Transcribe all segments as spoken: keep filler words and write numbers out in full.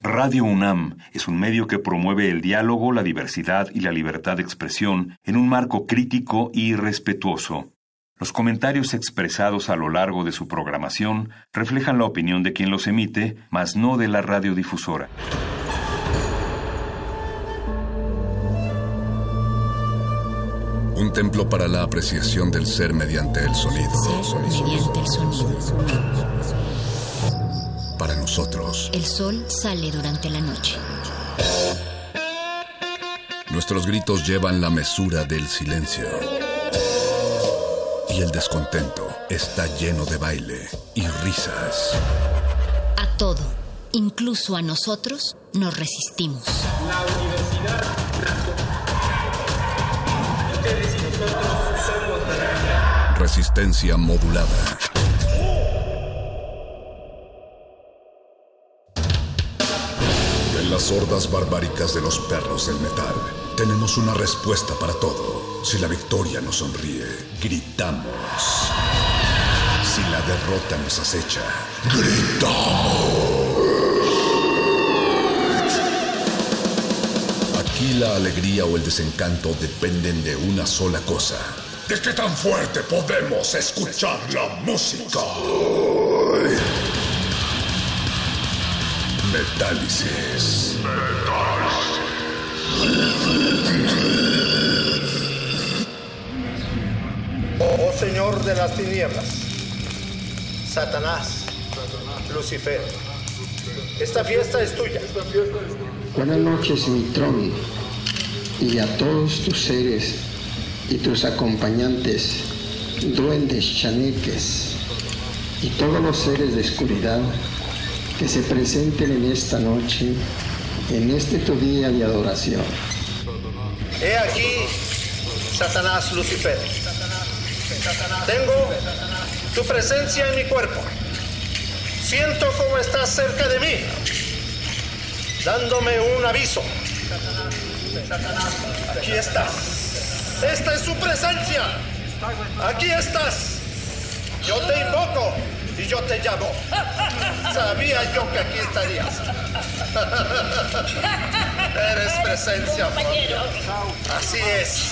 Radio UNAM es un medio que promueve el diálogo, la diversidad y la libertad de expresión en un marco crítico y respetuoso. Los comentarios expresados a lo largo de su programación reflejan la opinión de quien los emite, mas no de la radiodifusora. Un templo para la apreciación del ser mediante el sonido. Ser mediante el sonido. Para nosotros, el sol sale durante la noche. Nuestros gritos llevan la mesura del silencio. Y el descontento está lleno de baile y risas. A todo, incluso a nosotros, nos resistimos. La universidad. Ustedes y nosotros somos la resistencia modulada. En las hordas barbáricas de los perros del metal, tenemos una respuesta para todo. Si la victoria nos sonríe, gritamos. Si la derrota nos acecha, gritamos. Aquí la alegría o el desencanto dependen de una sola cosa: ¿de qué tan fuerte podemos escuchar la música? Metálisis. Oh Señor de las tinieblas, Satanás, Lucifer, esta fiesta es tuya. Buenas noches, Mitrón, y a todos tus seres y tus acompañantes, duendes, chaneques, y todos los seres de oscuridad que se presenten en esta noche, en este tu día de adoración. He aquí, Satanás, Lucifer. Tengo tu presencia en mi cuerpo. Siento cómo estás cerca de mí, dándome un aviso. Aquí estás. Esta es su presencia. Aquí estás. Yo te invoco y yo te llamo. Sabía yo que aquí estarías. Eres presencia propia. Así es.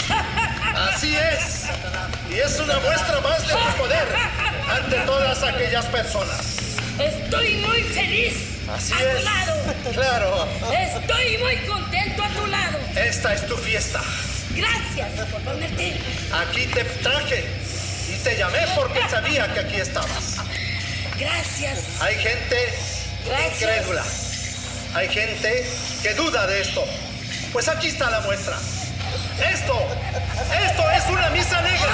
Así es. Y es una muestra más de tu poder ante todas aquellas personas. Estoy muy feliz. Así a es. tu lado. Claro. Estoy muy contento a tu lado. Esta es tu fiesta. Gracias por ponerte. Aquí te traje y te llamé porque sabía que aquí estabas. Gracias. Hay gente Gracias. incrédula. Hay gente que duda de esto. Pues aquí está la muestra. Esto, esto es una misa negra.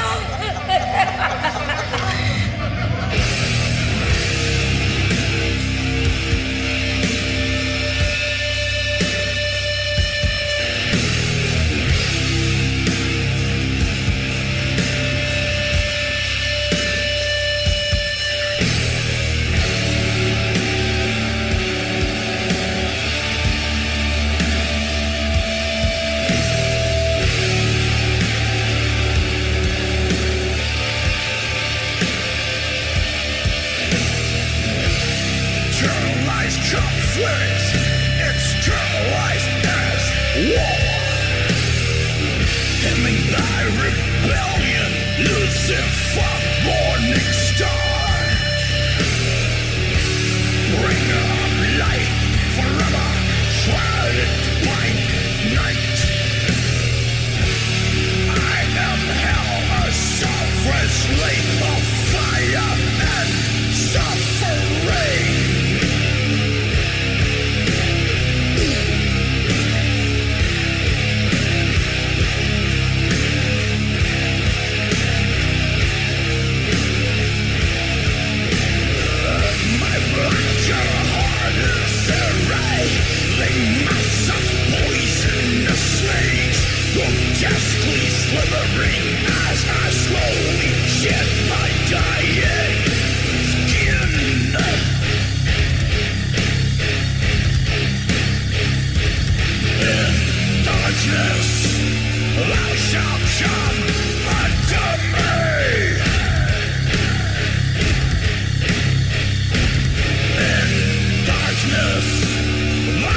Darkness,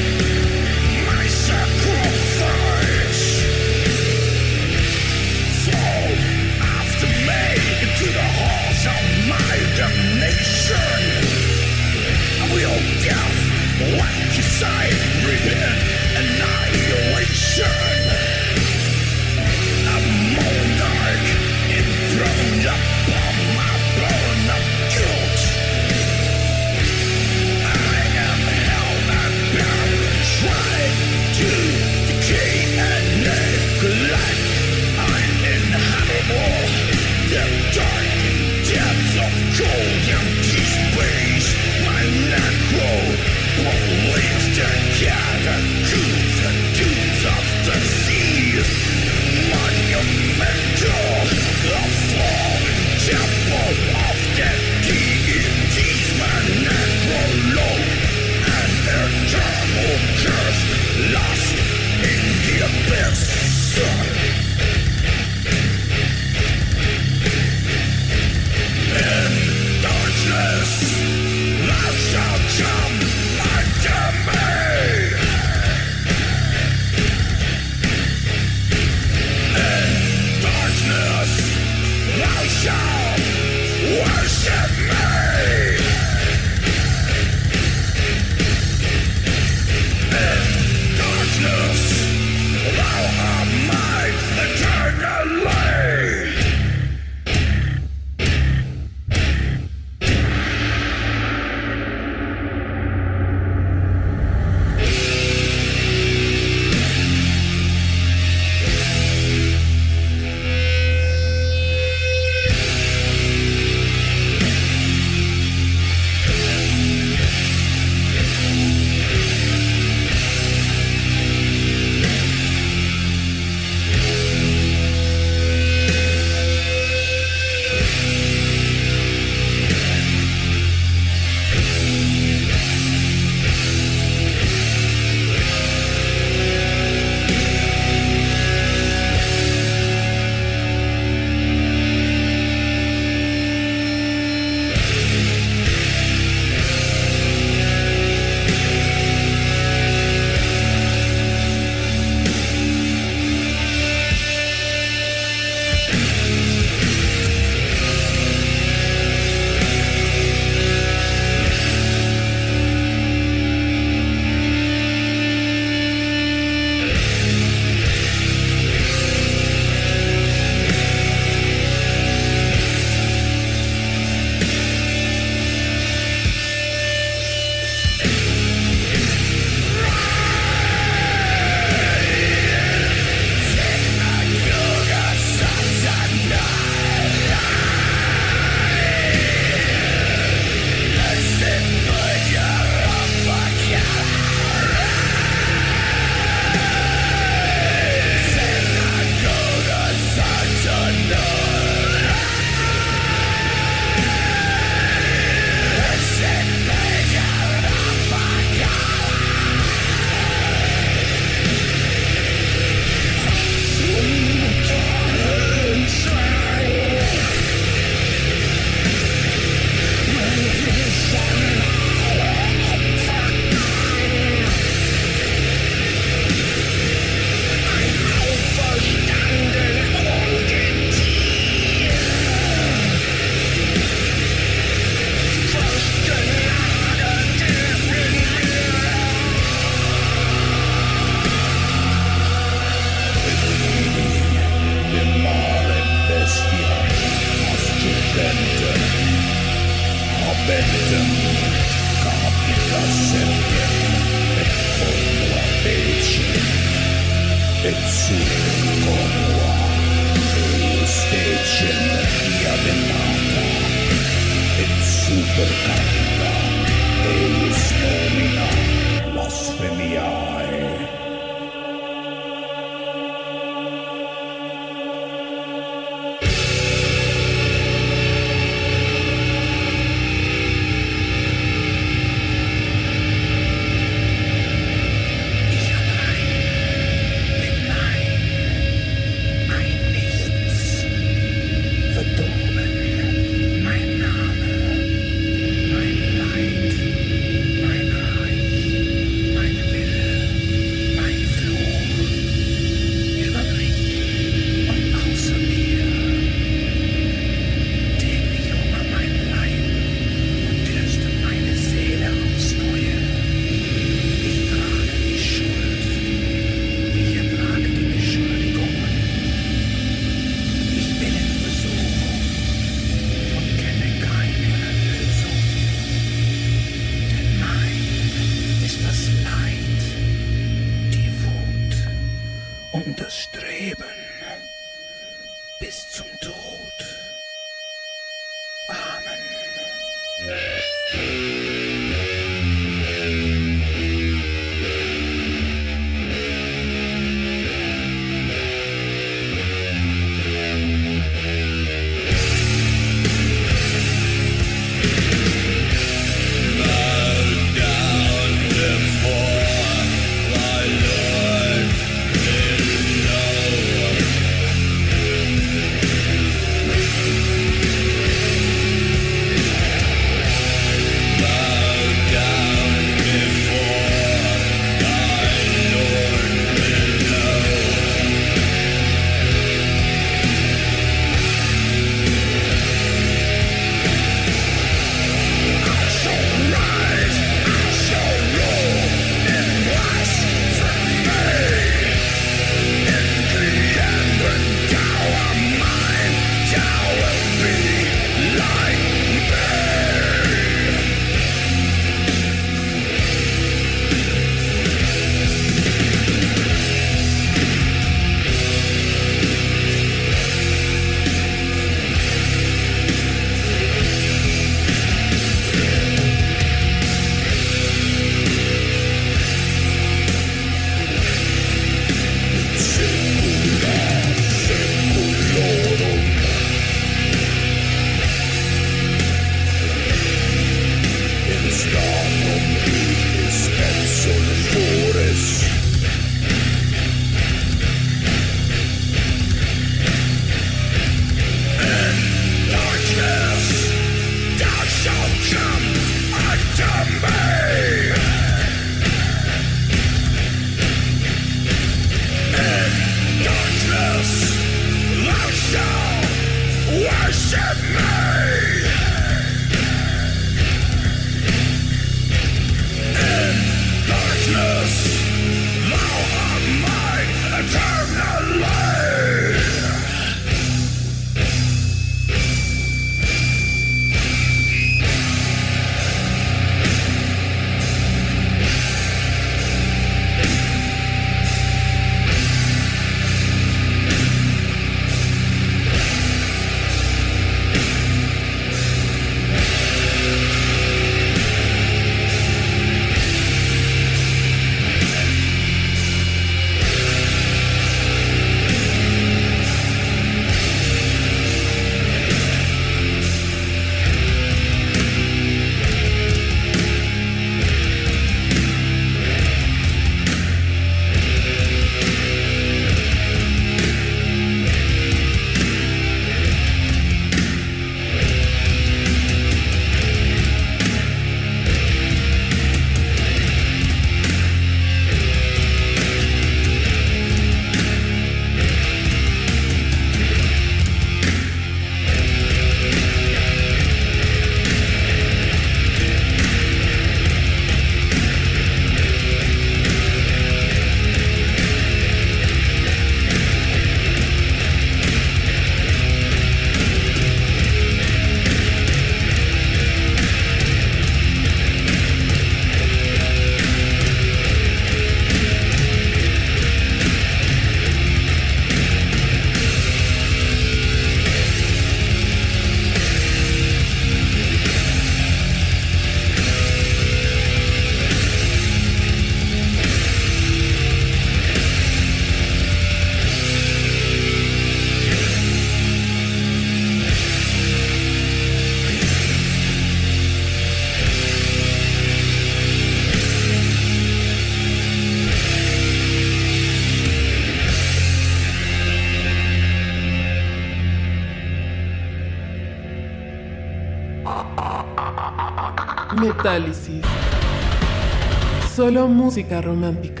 Metálisis. Solo música romántica.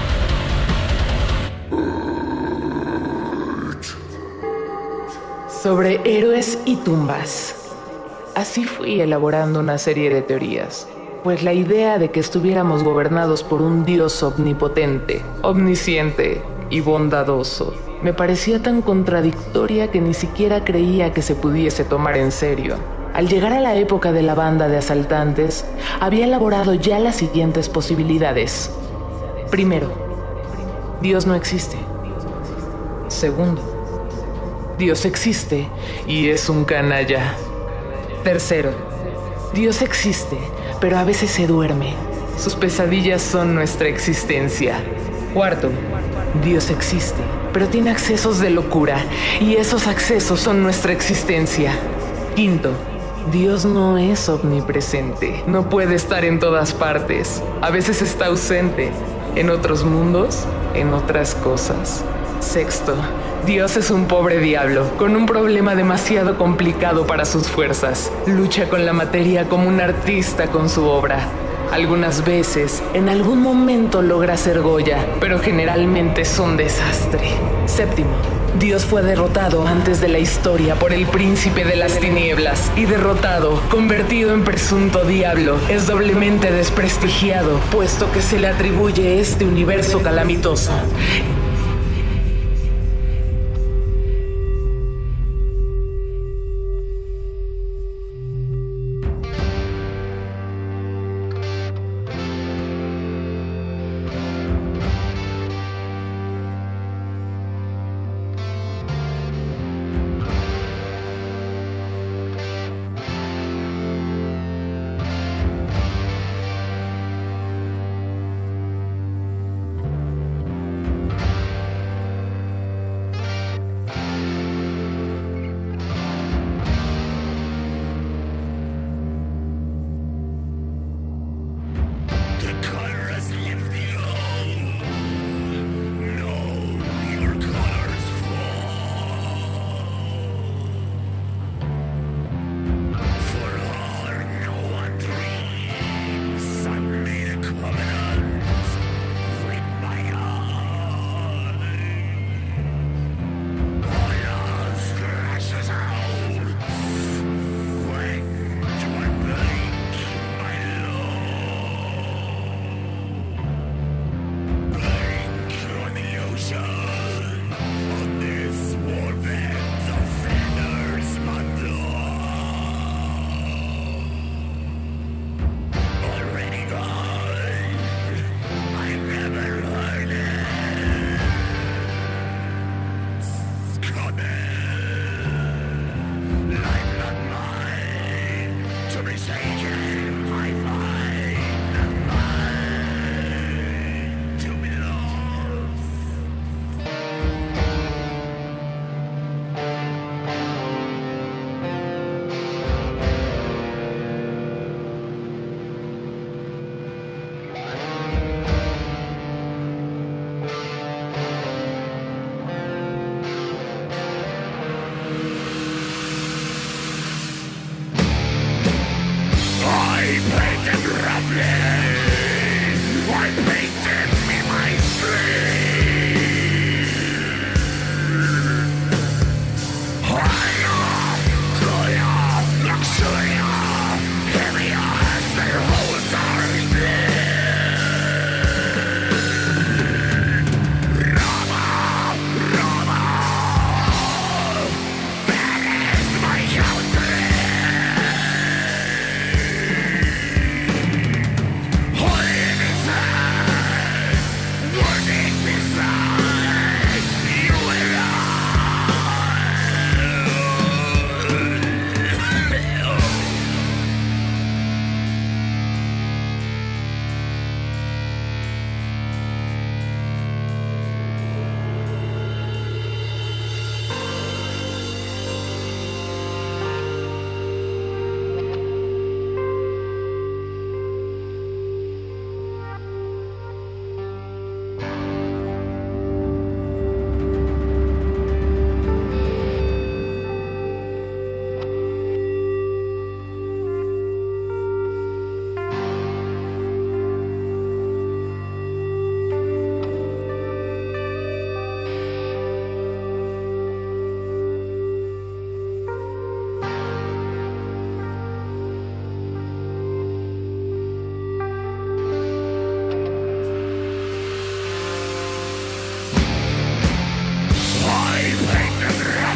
Sobre héroes y tumbas. Así fui elaborando una serie de teorías, pues la idea de que estuviéramos gobernados por un dios omnipotente, omnisciente y bondadoso me parecía tan contradictoria que ni siquiera creía que se pudiese tomar en serio. Al llegar a la época de la banda de asaltantes, había elaborado ya las siguientes posibilidades. Primero, Dios no existe. Segundo, Dios existe y es un canalla. Tercero, Dios existe, pero a veces se duerme. Sus pesadillas son nuestra existencia. Cuarto, Dios existe, pero tiene accesos de locura y esos accesos son nuestra existencia. Quinto, Dios no es omnipresente, no puede estar en todas partes. A veces está ausente, en otros mundos, en otras cosas. Sexto, Dios es un pobre diablo, con un problema demasiado complicado para sus fuerzas. Lucha con la materia como un artista con su obra. Algunas veces, en algún momento logra ser Goya, pero generalmente es un desastre. Séptimo, Dios fue derrotado antes de la historia por el príncipe de las tinieblas, y derrotado, convertido en presunto diablo, es doblemente desprestigiado, puesto que se le atribuye este universo calamitoso.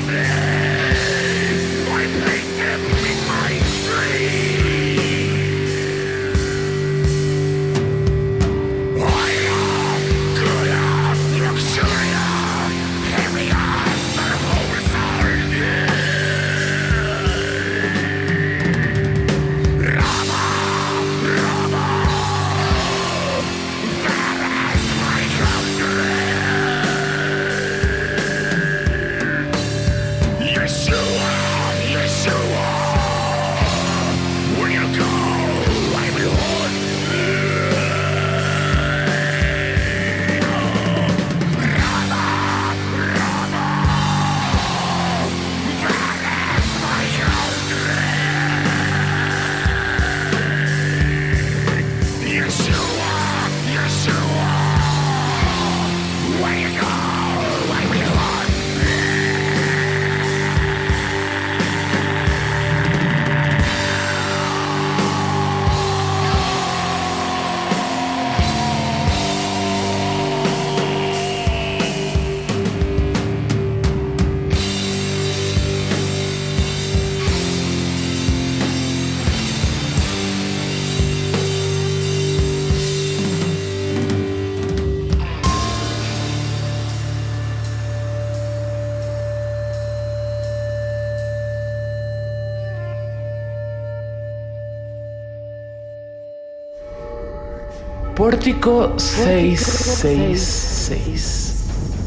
Pórtico seiscientos sesenta y seis.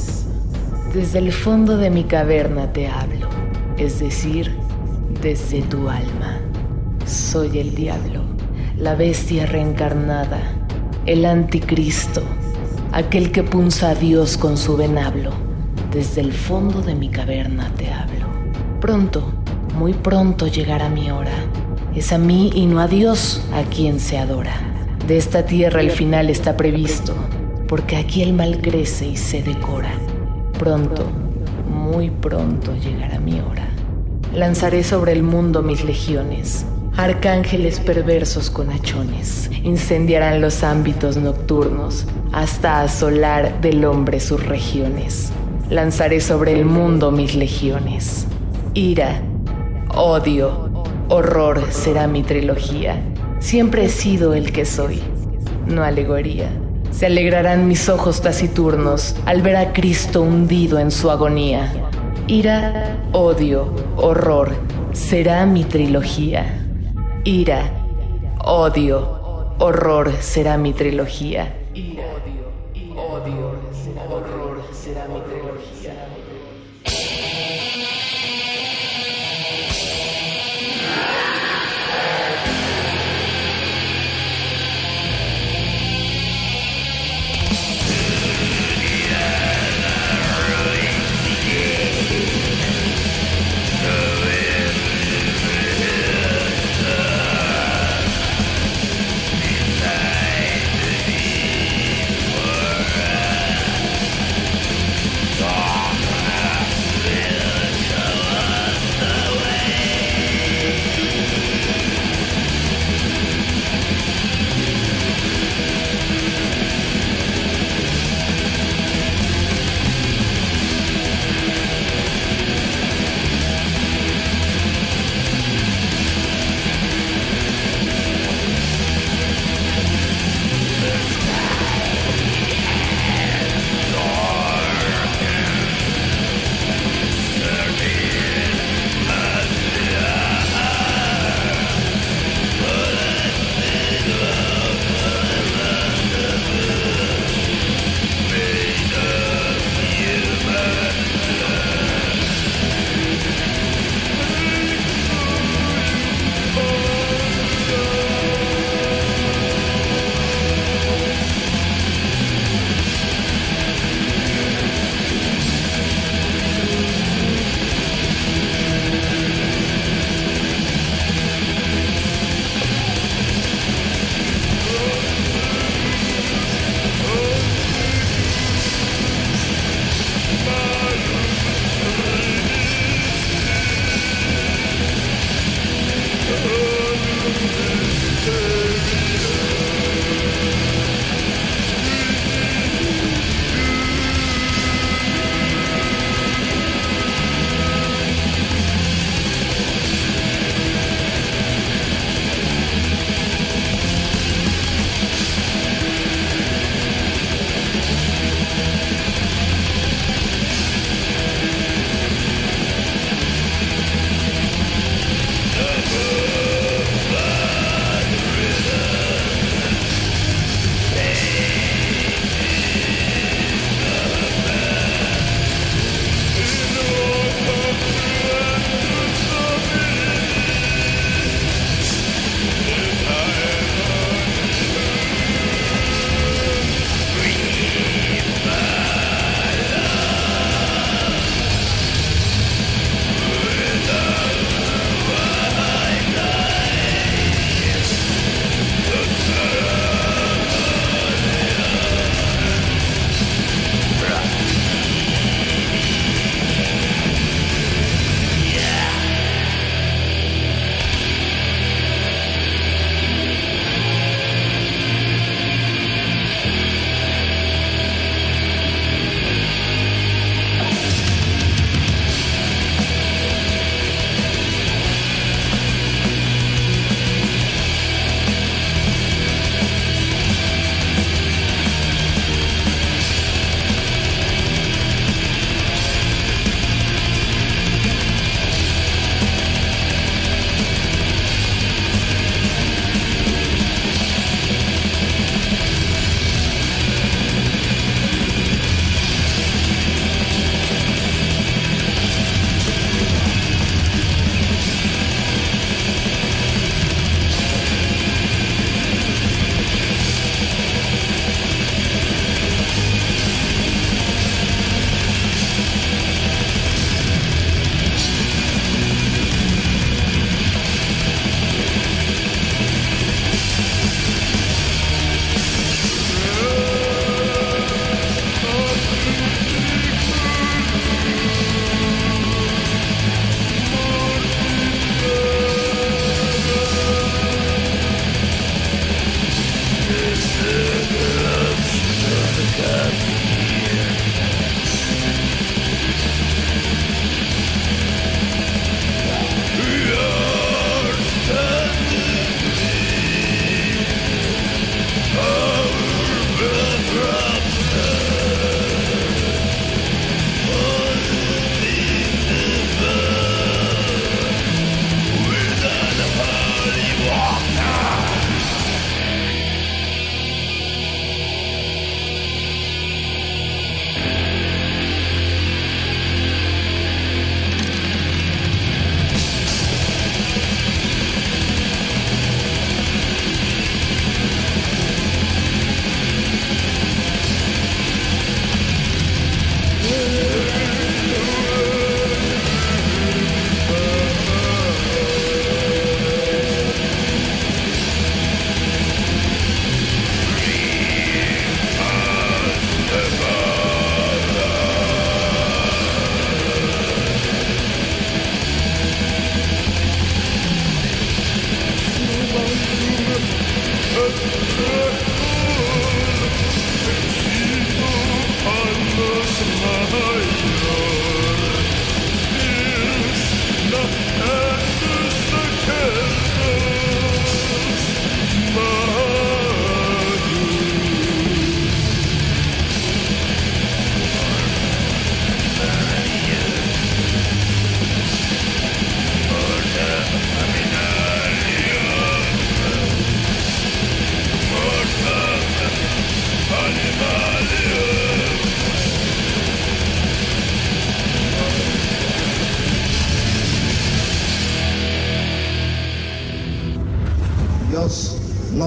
Desde el fondo de mi caverna te hablo, es decir, desde tu alma. Soy el diablo, la bestia reencarnada, el anticristo, aquel que punza a Dios con su venablo. Desde el fondo de mi caverna te hablo. Pronto, muy pronto llegará mi hora. Es a mí y no a Dios a quien se adora. De esta tierra el final está previsto, porque aquí el mal crece y se decora. Pronto, muy pronto llegará mi hora. Lanzaré sobre el mundo mis legiones, arcángeles perversos con hachones. Incendiarán los ámbitos nocturnos hasta asolar del hombre sus regiones. Lanzaré sobre el mundo mis legiones. Ira, odio, horror será mi trilogía. Siempre he sido el que soy, no alegoría. Se alegrarán mis ojos taciturnos al ver a Cristo hundido en su agonía. Ira, odio, horror, será mi trilogía. Ira, odio, horror, será mi trilogía. Ira, odio, horror, será mi trilogía.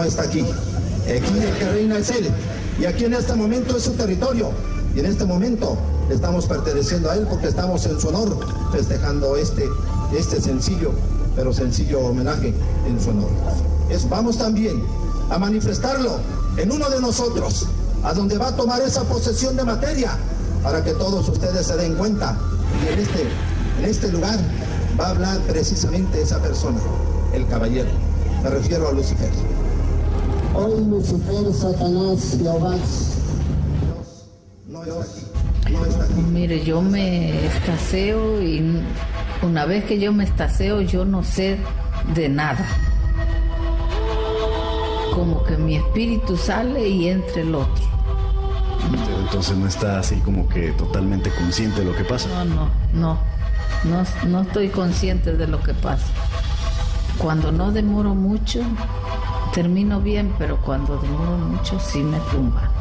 está aquí. Aquí el que reina es él. Y aquí en este momento es su territorio. Y en este momento estamos perteneciendo a él porque estamos en su honor festejando este, este sencillo, pero sencillo homenaje en su honor. Es, vamos también a manifestarlo en uno de nosotros, a donde va a tomar esa posesión de materia, para que todos ustedes se den cuenta. Y en este, en este lugar va a hablar precisamente esa persona, el caballero. Me refiero a Lucifer. Hoy Lucifer, Satanás, Jehová. No está aquí, no está aquí. Mire, yo me estaseo y una vez que yo me estaseo yo no sé de nada. Como que mi espíritu sale y entra el otro. Entonces no está así como que totalmente consciente de lo que pasa. No, no, no, no, no estoy consciente de lo que pasa. Cuando no demoro mucho, termino bien, pero cuando demoro mucho sí me tumba.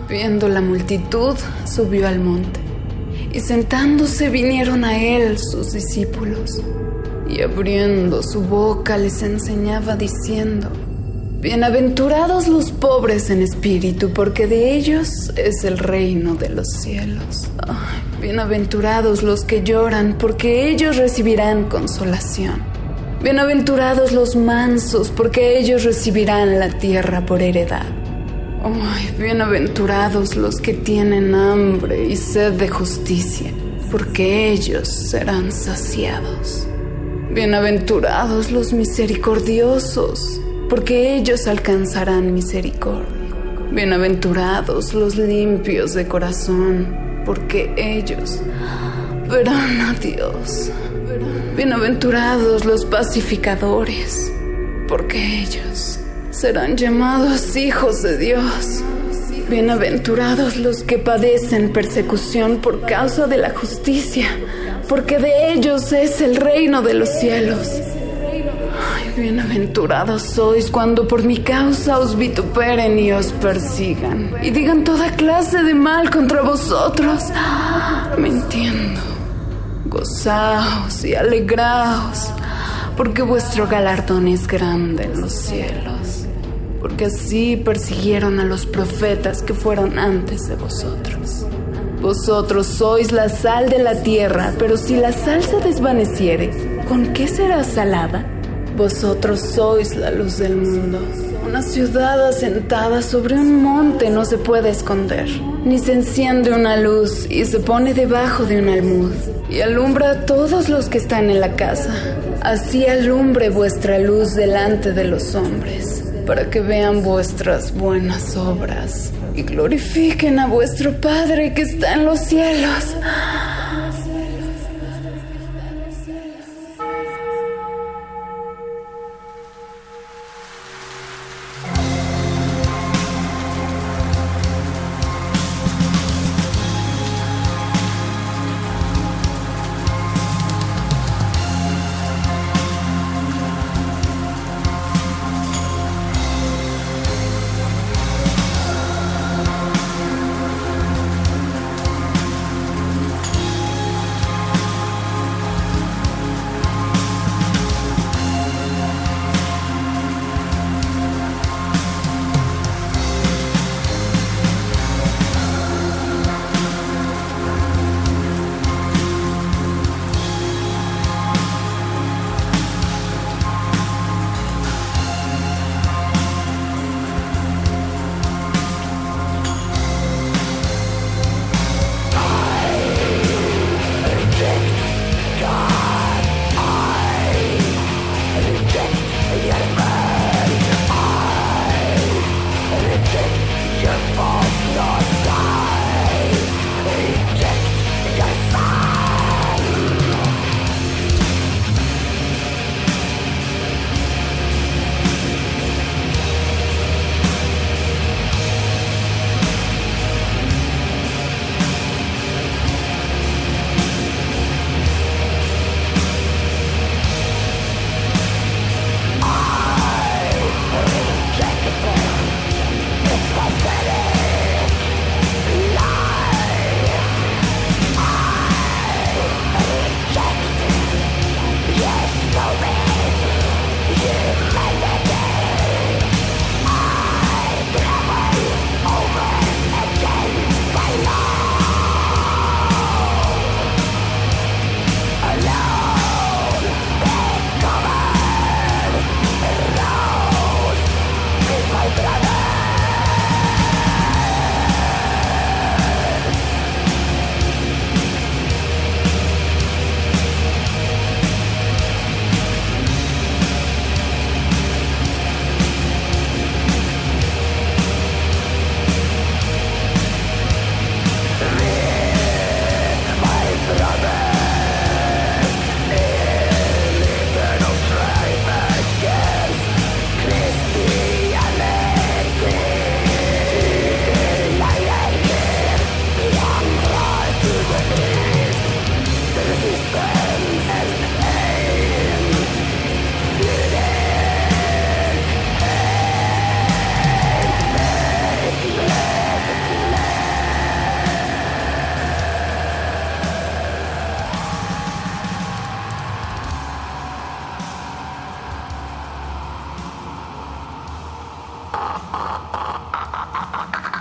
Viendo la multitud, subió al monte, y sentándose vinieron a él sus discípulos, y abriendo su boca les enseñaba diciendo: Bienaventurados los pobres en espíritu, porque de ellos es el reino de los cielos. Ay, bienaventurados los que lloran, porque ellos recibirán consolación. Bienaventurados los mansos, porque ellos recibirán la tierra por heredad. Ay, bienaventurados los que tienen hambre y sed de justicia, porque ellos serán saciados. Bienaventurados los misericordiosos, porque ellos alcanzarán misericordia. Bienaventurados los limpios de corazón, porque ellos verán a Dios. Bienaventurados los pacificadores, porque ellos serán llamados hijos de Dios. Bienaventurados los que padecen persecución por causa de la justicia, porque de ellos es el reino de los cielos. Ay, bienaventurados sois cuando por mi causa os vituperen y os persigan, y digan toda clase de mal contra vosotros, mintiendo. Gozaos y alegraos, porque vuestro galardón es grande en los cielos, porque así persiguieron a los profetas que fueron antes de vosotros. Vosotros sois la sal de la tierra, pero si la sal se desvaneciere, ¿con qué será salada? Vosotros sois la luz del mundo. Una ciudad asentada sobre un monte no se puede esconder, ni se enciende una luz y se pone debajo de un almud, y alumbra a todos los que están en la casa. Así alumbre vuestra luz delante de los hombres, para que vean vuestras buenas obras y glorifiquen a vuestro Padre que está en los cielos.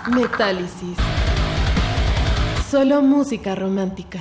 Metálisis. Solo música romántica.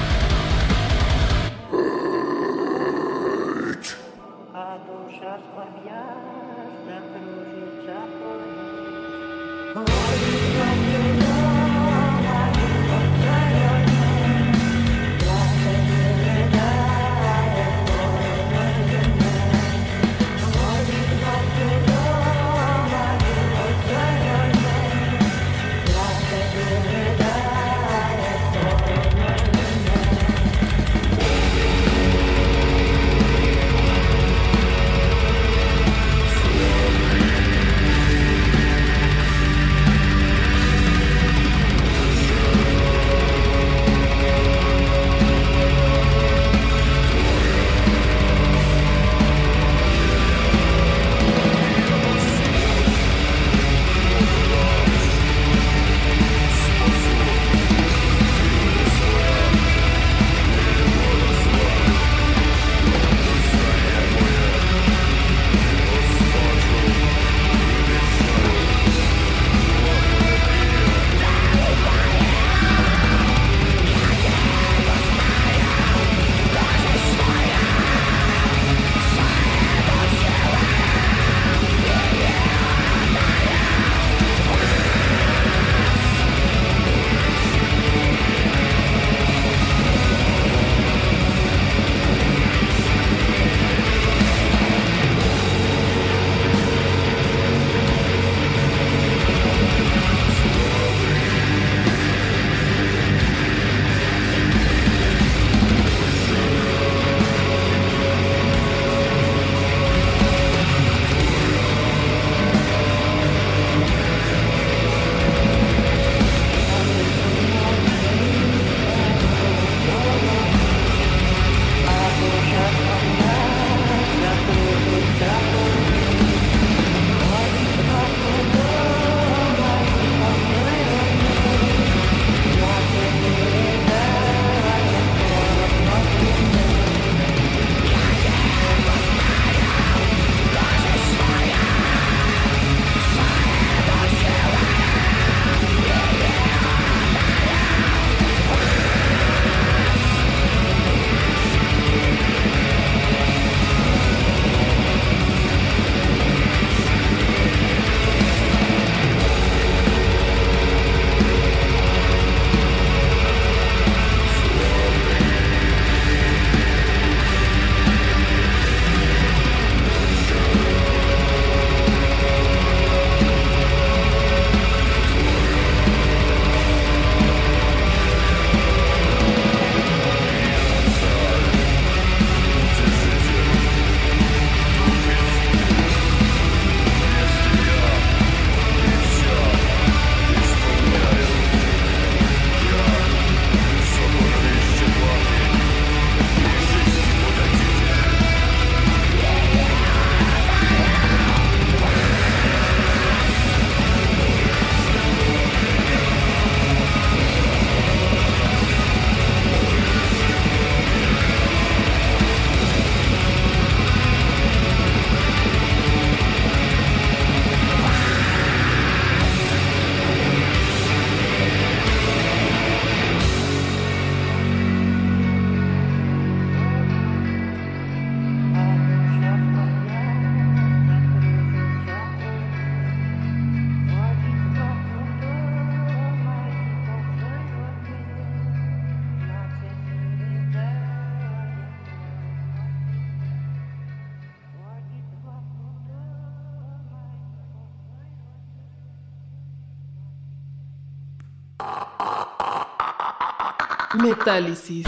Metálisis.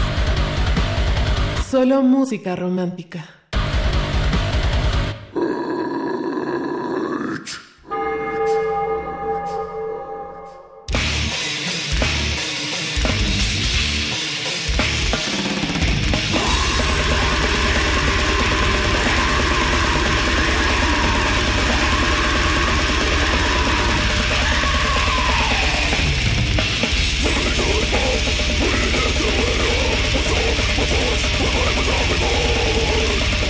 Solo música romántica. We're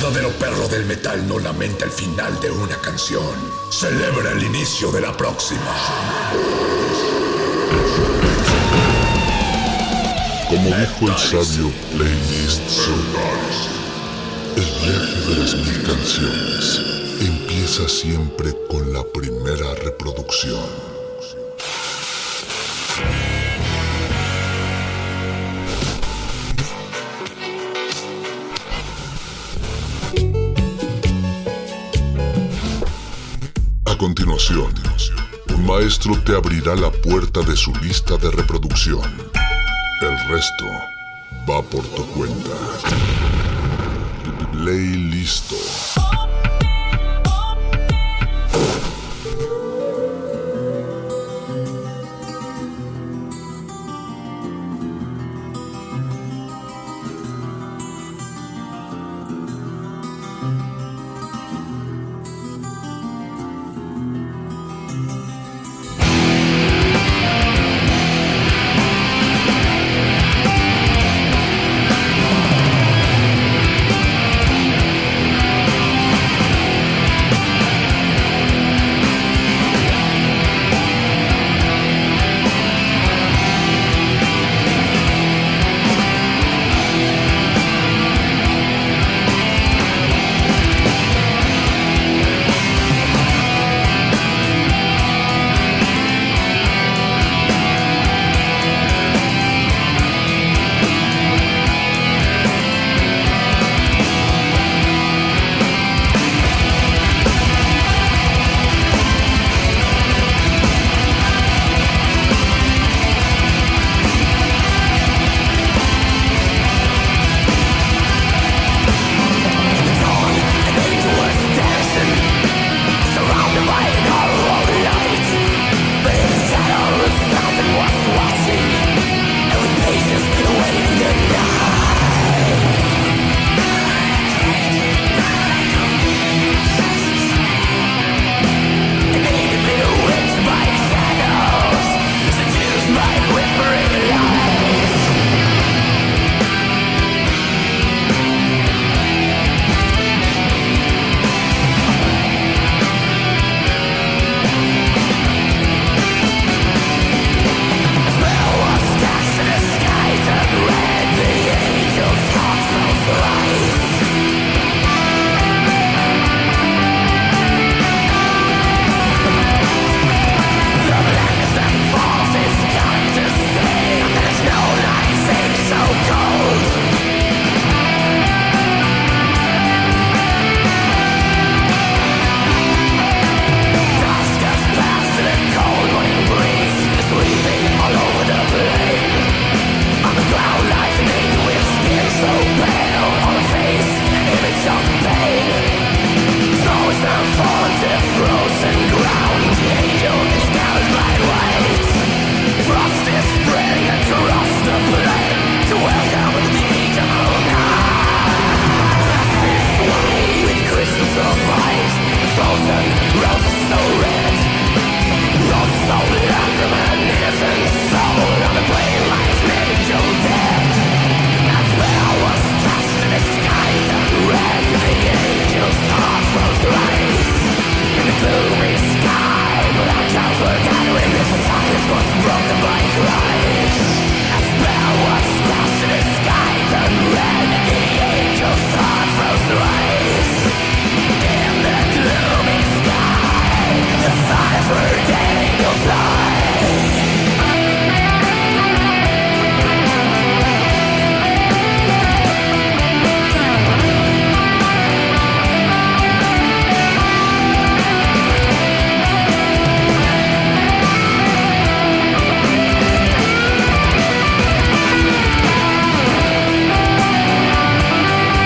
verdadero perro del metal no lamenta el final de una canción. Celebra el inicio de la próxima. Como dijo el sabio Playlist Solar, el viaje de las mil canciones empieza siempre con la primera reproducción. A continuación, un maestro te abrirá la puerta de su lista de reproducción. El resto va por tu cuenta. Play listo.